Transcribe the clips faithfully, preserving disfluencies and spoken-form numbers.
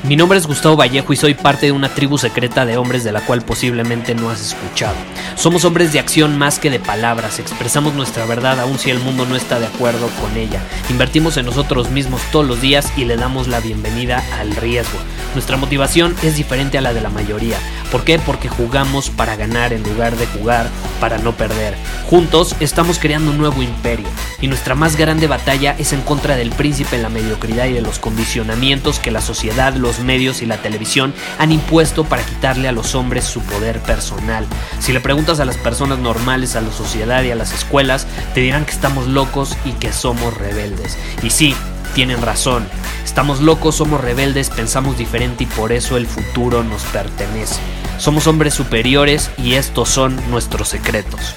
Mi nombre es Gustavo Vallejo y soy parte de una tribu secreta de hombres de la cual posiblemente no has escuchado. Somos hombres de acción más que de palabras, expresamos nuestra verdad aun si el mundo no está de acuerdo con ella. Invertimos en nosotros mismos todos los días y le damos la bienvenida al riesgo. Nuestra motivación es diferente a la de la mayoría. ¿Por qué? Porque jugamos para ganar en lugar de jugar para no perder. Juntos estamos creando un nuevo imperio y nuestra más grande batalla es en contra del príncipe, la mediocridad y de los condicionamientos que la sociedad, los medios y la televisión han impuesto para quitarle a los hombres su poder personal. Si le preguntas a las personas normales, a la sociedad y a las escuelas, te dirán que estamos locos y que somos rebeldes. Y sí, tienen razón. Estamos locos, somos rebeldes, pensamos diferente y por eso el futuro nos pertenece. Somos hombres superiores y estos son nuestros secretos.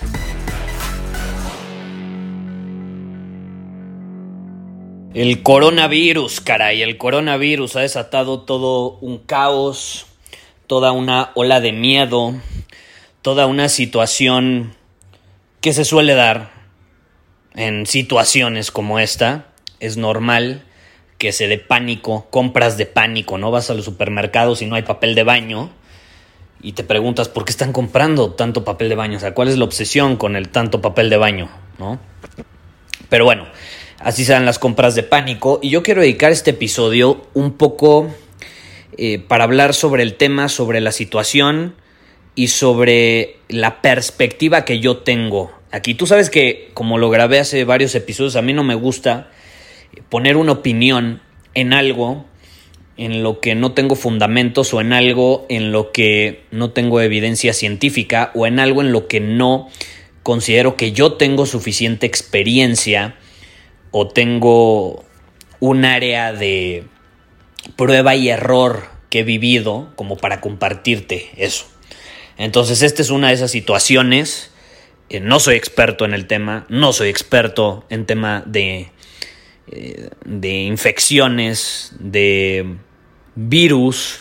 El coronavirus, caray, el coronavirus ha desatado todo un caos, toda una ola de miedo, toda una situación que se suele dar en situaciones como esta. Es normal que se dé pánico, compras de pánico, ¿no? Vas a los supermercados y no hay papel de baño y te preguntas ¿por qué están comprando tanto papel de baño? O sea, ¿cuál es la obsesión con el tanto papel de baño, ¿no? Pero bueno, así se dan las compras de pánico y yo quiero dedicar este episodio un poco eh, para hablar sobre el tema, sobre la situación y sobre la perspectiva que yo tengo aquí. Tú sabes que, como lo grabé hace varios episodios, a mí no me gusta poner una opinión en algo en lo que no tengo fundamentos o en algo en lo que no tengo evidencia científica o en algo en lo que no considero que yo tengo suficiente experiencia o tengo un área de prueba y error que he vivido como para compartirte eso. Entonces esta es una de esas situaciones. Eh, no soy experto en el tema, no soy experto en tema de, eh, de infecciones, de virus,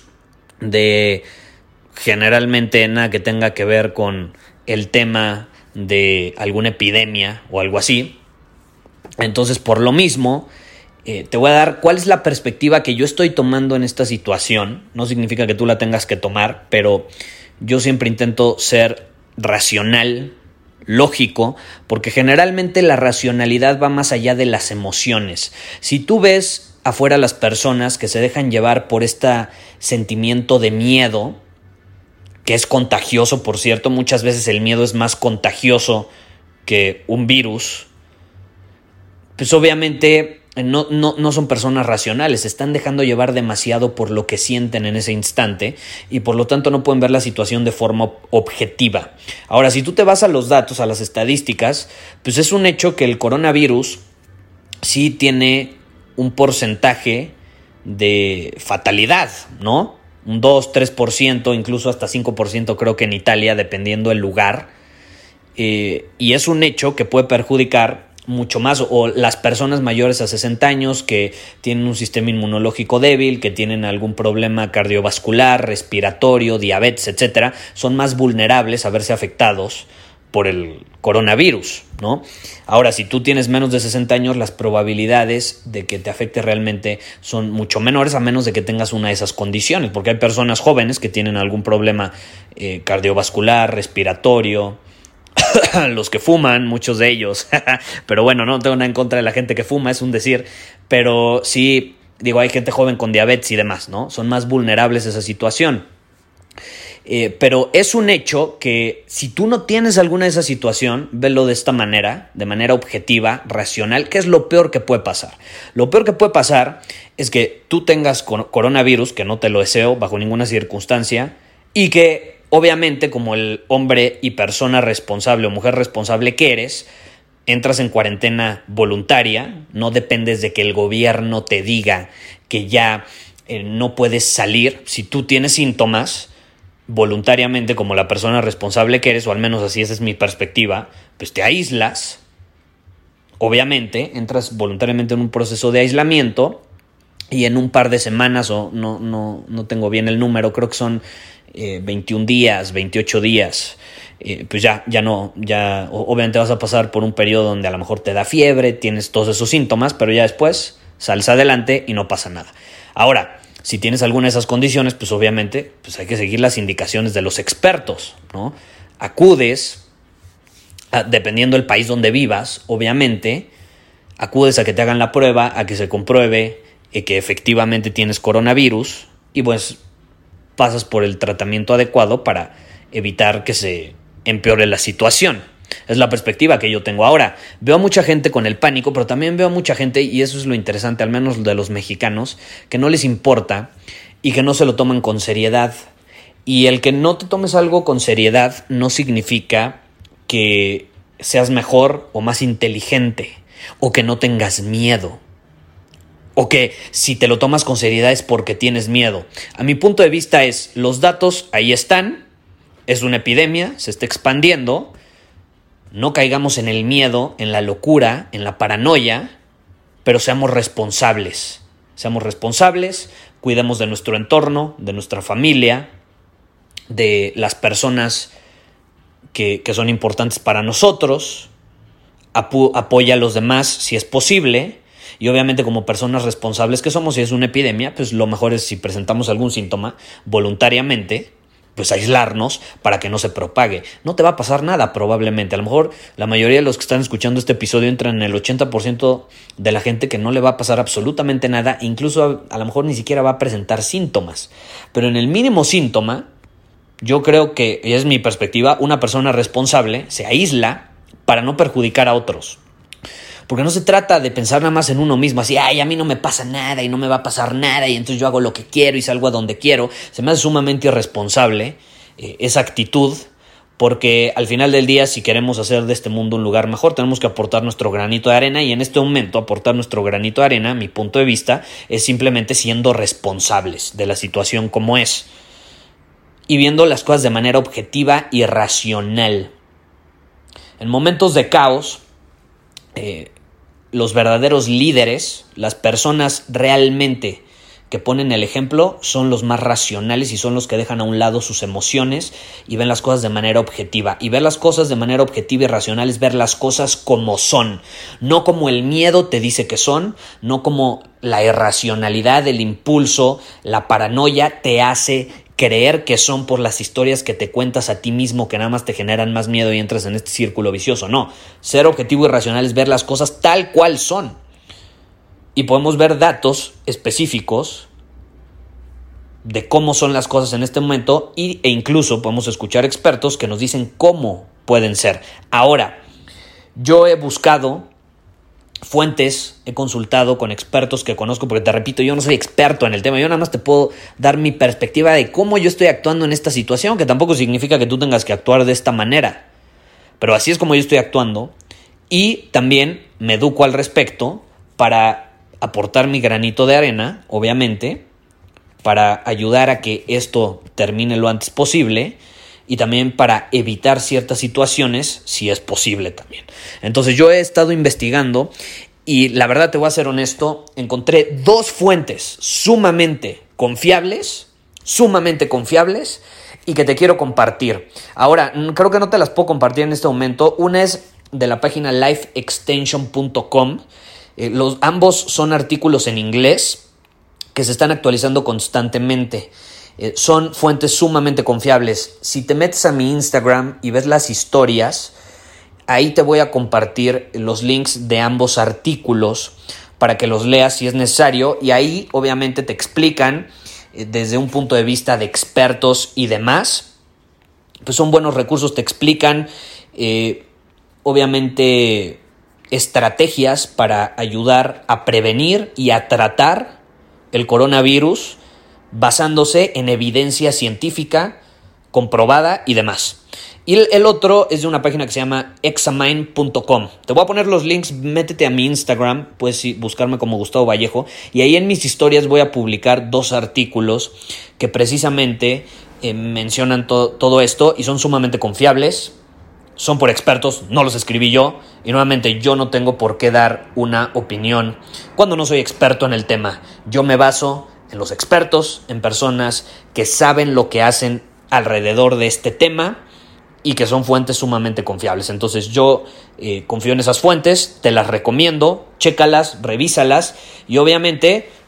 de generalmente nada que tenga que ver con el tema de alguna epidemia o algo así. Entonces, por lo mismo, eh, te voy a dar cuál es la perspectiva que yo estoy tomando en esta situación. No significa que tú la tengas que tomar, pero yo siempre intento ser racional, lógico, porque generalmente la racionalidad va más allá de las emociones. Si tú ves afuera las personas que se dejan llevar por este sentimiento de miedo, que es contagioso, por cierto, muchas veces el miedo es más contagioso que un virus, pues obviamente no, no, no son personas racionales, se están dejando llevar demasiado por lo que sienten en ese instante y por lo tanto no pueden ver la situación de forma objetiva. Ahora, si tú te vas a los datos, a las estadísticas, pues es un hecho que el coronavirus sí tiene un porcentaje de fatalidad, ¿no? Un dos, tres por ciento, incluso hasta cinco por ciento creo que en Italia, dependiendo del lugar. Eh, y es un hecho que puede perjudicar mucho más, o las personas mayores a sesenta años que tienen un sistema inmunológico débil, que tienen algún problema cardiovascular, respiratorio, diabetes, etcétera, son más vulnerables a verse afectados por el coronavirus, ¿no? Ahora, si tú tienes menos de sesenta años, las probabilidades de que te afecte realmente son mucho menores, a menos de que tengas una de esas condiciones, porque hay personas jóvenes que tienen algún problema eh, cardiovascular, respiratorio, los que fuman, muchos de ellos, pero bueno, no tengo nada en contra de la gente que fuma, es un decir, pero sí, digo, hay gente joven con diabetes y demás, ¿no? Son más vulnerables a esa situación. Eh, pero es un hecho que si tú no tienes alguna de esa situación, velo de esta manera, de manera objetiva, racional, ¿qué es lo peor que puede pasar? Lo peor que puede pasar es que tú tengas coronavirus, que no te lo deseo bajo ninguna circunstancia, y que obviamente, como el hombre y persona responsable o mujer responsable que eres, entras en cuarentena voluntaria, no dependes de que el gobierno te diga que ya eh, no puedes salir. Si tú tienes síntomas, voluntariamente, como la persona responsable que eres, o al menos así esa es mi perspectiva, pues te aíslas. Obviamente, entras voluntariamente en un proceso de aislamiento y en un par de semanas, o no, no, no tengo bien el número, creo que son eh, veintiún días, veintiocho días, eh, pues ya, ya no, ya obviamente vas a pasar por un periodo donde a lo mejor te da fiebre, tienes todos esos síntomas, pero ya después sales adelante y no pasa nada. Ahora, Si tienes alguna de esas condiciones, pues obviamente pues hay que seguir las indicaciones de los expertos, ¿no? Acudes, a, dependiendo del país donde vivas, obviamente, acudes a que te hagan la prueba, a que se compruebe eh, que efectivamente tienes coronavirus y pues pasas por el tratamiento adecuado para evitar que se empeore la situación. Es la perspectiva que yo tengo ahora. Veo a mucha gente con el pánico, pero también veo a mucha gente, y eso es lo interesante, al menos de los mexicanos, que no les importa y que no se lo toman con seriedad. Y el que no te tomes algo con seriedad no significa que seas mejor o más inteligente, o que no tengas miedo, o que si te lo tomas con seriedad es porque tienes miedo. A mi punto de vista es, los datos ahí están, es una epidemia, se está expandiendo. No caigamos en el miedo, en la locura, en la paranoia, pero seamos responsables. Seamos responsables, cuidemos de nuestro entorno, de nuestra familia, de las personas que, que son importantes para nosotros. Apo- apoya a los demás si es posible. Y obviamente como personas responsables que somos, si es una epidemia, pues lo mejor es si presentamos algún síntoma voluntariamente, pues aislarnos para que no se propague. No te va a pasar nada probablemente. A lo mejor la mayoría de los que están escuchando este episodio entran en el ochenta por ciento de la gente que no le va a pasar absolutamente nada. Incluso a, a lo mejor ni siquiera va a presentar síntomas. Pero en el mínimo síntoma, yo creo que, y es mi perspectiva, una persona responsable se aísla para no perjudicar a otros. Porque no se trata de pensar nada más en uno mismo, así, ay, a mí no me pasa nada y no me va a pasar nada y entonces yo hago lo que quiero y salgo a donde quiero. Se me hace sumamente irresponsable eh, esa actitud, porque al final del día, si queremos hacer de este mundo un lugar mejor, tenemos que aportar nuestro granito de arena, y en este momento aportar nuestro granito de arena, mi punto de vista, es simplemente siendo responsables de la situación como es y viendo las cosas de manera objetiva y racional. En momentos de caos, eh, los verdaderos líderes, las personas realmente que ponen el ejemplo, son los más racionales y son los que dejan a un lado sus emociones y ven las cosas de manera objetiva. Y ver las cosas de manera objetiva y racional es ver las cosas como son, no como el miedo te dice que son, no como la irracionalidad, el impulso, la paranoia te hace creer que son por las historias que te cuentas a ti mismo, que nada más te generan más miedo y entras en este círculo vicioso. No, ser objetivo y racional es ver las cosas tal cual son. Y podemos ver datos específicos de cómo son las cosas en este momento y, e incluso podemos escuchar expertos que nos dicen cómo pueden ser. Ahora, yo he buscado fuentes, he consultado con expertos que conozco, porque te repito, yo no soy experto en el tema, yo nada más te puedo dar mi perspectiva de cómo yo estoy actuando en esta situación, que tampoco significa que tú tengas que actuar de esta manera, pero así es como yo estoy actuando, y también me educo al respecto para aportar mi granito de arena, obviamente, para ayudar a que esto termine lo antes posible, y también para evitar ciertas situaciones, si es posible también. Entonces yo he estado investigando y la verdad, te voy a ser honesto, encontré dos fuentes sumamente confiables, sumamente confiables y que te quiero compartir. Ahora, creo que no te las puedo compartir en este momento. Una es de la página life extension punto com. Eh, los, ambos son artículos en inglés que se están actualizando constantemente. Eh, son fuentes sumamente confiables. Si te metes a mi Instagram y ves las historias, ahí te voy a compartir los links de ambos artículos para que los leas si es necesario, y ahí obviamente te explican eh, desde un punto de vista de expertos y demás. Pues son buenos recursos, te explican eh, obviamente estrategias para ayudar a prevenir y a tratar el coronavirus, basándose en evidencia científica comprobada y demás. Y el, el otro es de una página que se llama examine punto com. Te voy a poner los links, métete a mi Instagram, puedes buscarme como Gustavo Vallejo, y ahí en mis historias voy a publicar dos artículos que precisamente eh, mencionan to- todo esto y son sumamente confiables, son por expertos, no los escribí yo, y nuevamente yo no tengo por qué dar una opinión cuando no soy experto en el tema. Yo me baso en los expertos, en personas que saben lo que hacen alrededor de este tema y que son fuentes sumamente confiables. Entonces yo eh, confío en esas fuentes, te las recomiendo, chécalas, revísalas y obviamente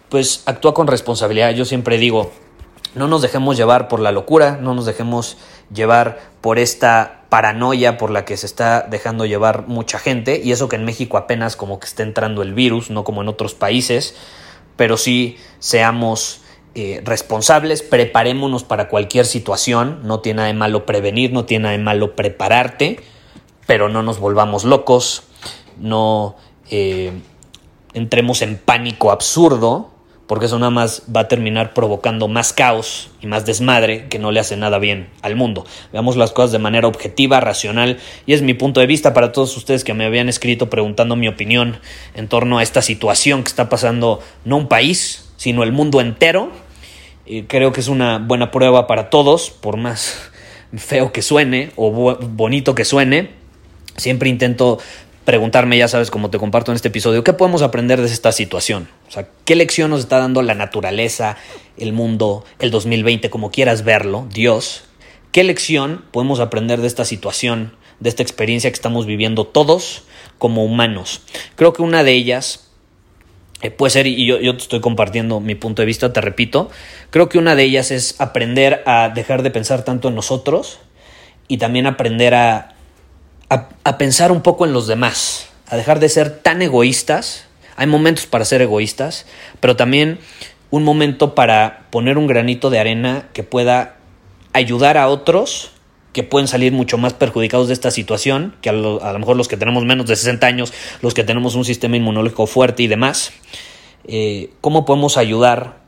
pues actúa con responsabilidad. Yo siempre digo, no nos dejemos llevar por la locura, no nos dejemos llevar por esta paranoia por la que se está dejando llevar mucha gente, y eso que en México apenas como que está entrando el virus, no como en otros países, pero sí seamos eh, responsables, preparémonos para cualquier situación. No tiene nada de malo prevenir, no tiene nada de malo prepararte, pero no nos volvamos locos, no eh, entremos en pánico absurdo, porque eso nada más va a terminar provocando más caos y más desmadre que no le hace nada bien al mundo. Veamos las cosas de manera objetiva, racional, y es mi punto de vista para todos ustedes que me habían escrito preguntando mi opinión en torno a esta situación que está pasando no un país, sino el mundo entero. Y creo que es una buena prueba para todos, por más feo que suene o bo- bonito que suene. Siempre intento preguntarme, ya sabes, como te comparto en este episodio, ¿qué podemos aprender de esta situación? O sea, ¿qué lección nos está dando la naturaleza, el mundo, el dos mil veinte, como quieras verlo, Dios? ¿Qué lección podemos aprender de esta situación, de esta experiencia que estamos viviendo todos como humanos? Creo que una de ellas eh, puede ser, y yo, yo te estoy compartiendo mi punto de vista, te repito, creo que una de ellas es aprender a dejar de pensar tanto en nosotros y también aprender a A, a pensar un poco en los demás, a dejar de ser tan egoístas. Hay momentos para ser egoístas, pero también un momento para poner un granito de arena que pueda ayudar a otros que pueden salir mucho más perjudicados de esta situación, que a lo, a lo mejor los que tenemos menos de sesenta años, los que tenemos un sistema inmunológico fuerte y demás. Eh, ¿Cómo podemos ayudar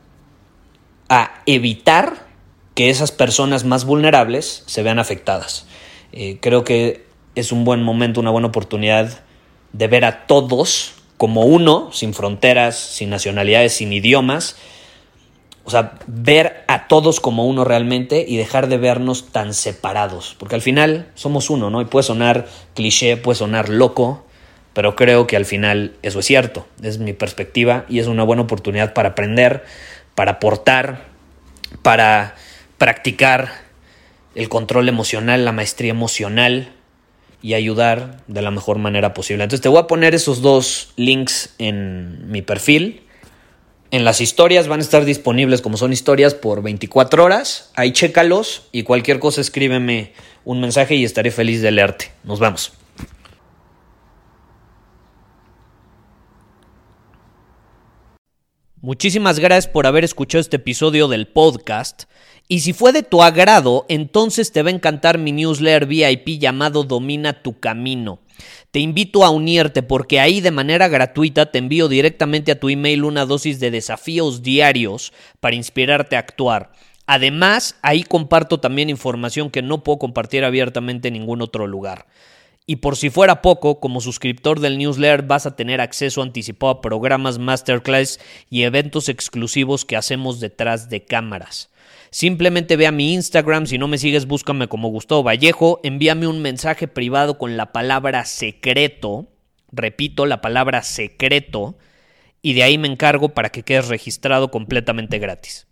a evitar que esas personas más vulnerables se vean afectadas? Eh, creo que es un buen momento, una buena oportunidad de ver a todos como uno, sin fronteras, sin nacionalidades, sin idiomas. O sea, ver a todos como uno realmente y dejar de vernos tan separados. Porque al final somos uno, ¿no? Y puede sonar cliché, puede sonar loco, pero creo que al final eso es cierto. Es mi perspectiva y es una buena oportunidad para aprender, para aportar, para practicar el control emocional, la maestría emocional, y ayudar de la mejor manera posible. Entonces te voy a poner esos dos links en mi perfil. En las historias van a estar disponibles, como son historias, por veinticuatro horas. Ahí chécalos y cualquier cosa escríbeme un mensaje y estaré feliz de leerte. Nos vemos. Muchísimas gracias por haber escuchado este episodio del podcast. Y si fue de tu agrado, entonces te va a encantar mi newsletter V I P llamado Domina tu Camino. Te invito a unirte porque ahí de manera gratuita te envío directamente a tu email una dosis de desafíos diarios para inspirarte a actuar. Además, ahí comparto también información que no puedo compartir abiertamente en ningún otro lugar. Y por si fuera poco, como suscriptor del newsletter vas a tener acceso anticipado a programas, masterclass y eventos exclusivos que hacemos detrás de cámaras. Simplemente ve a mi Instagram, si no me sigues búscame como Gustavo Vallejo, envíame un mensaje privado con la palabra secreto, repito, la palabra secreto, y de ahí me encargo para que quedes registrado completamente gratis.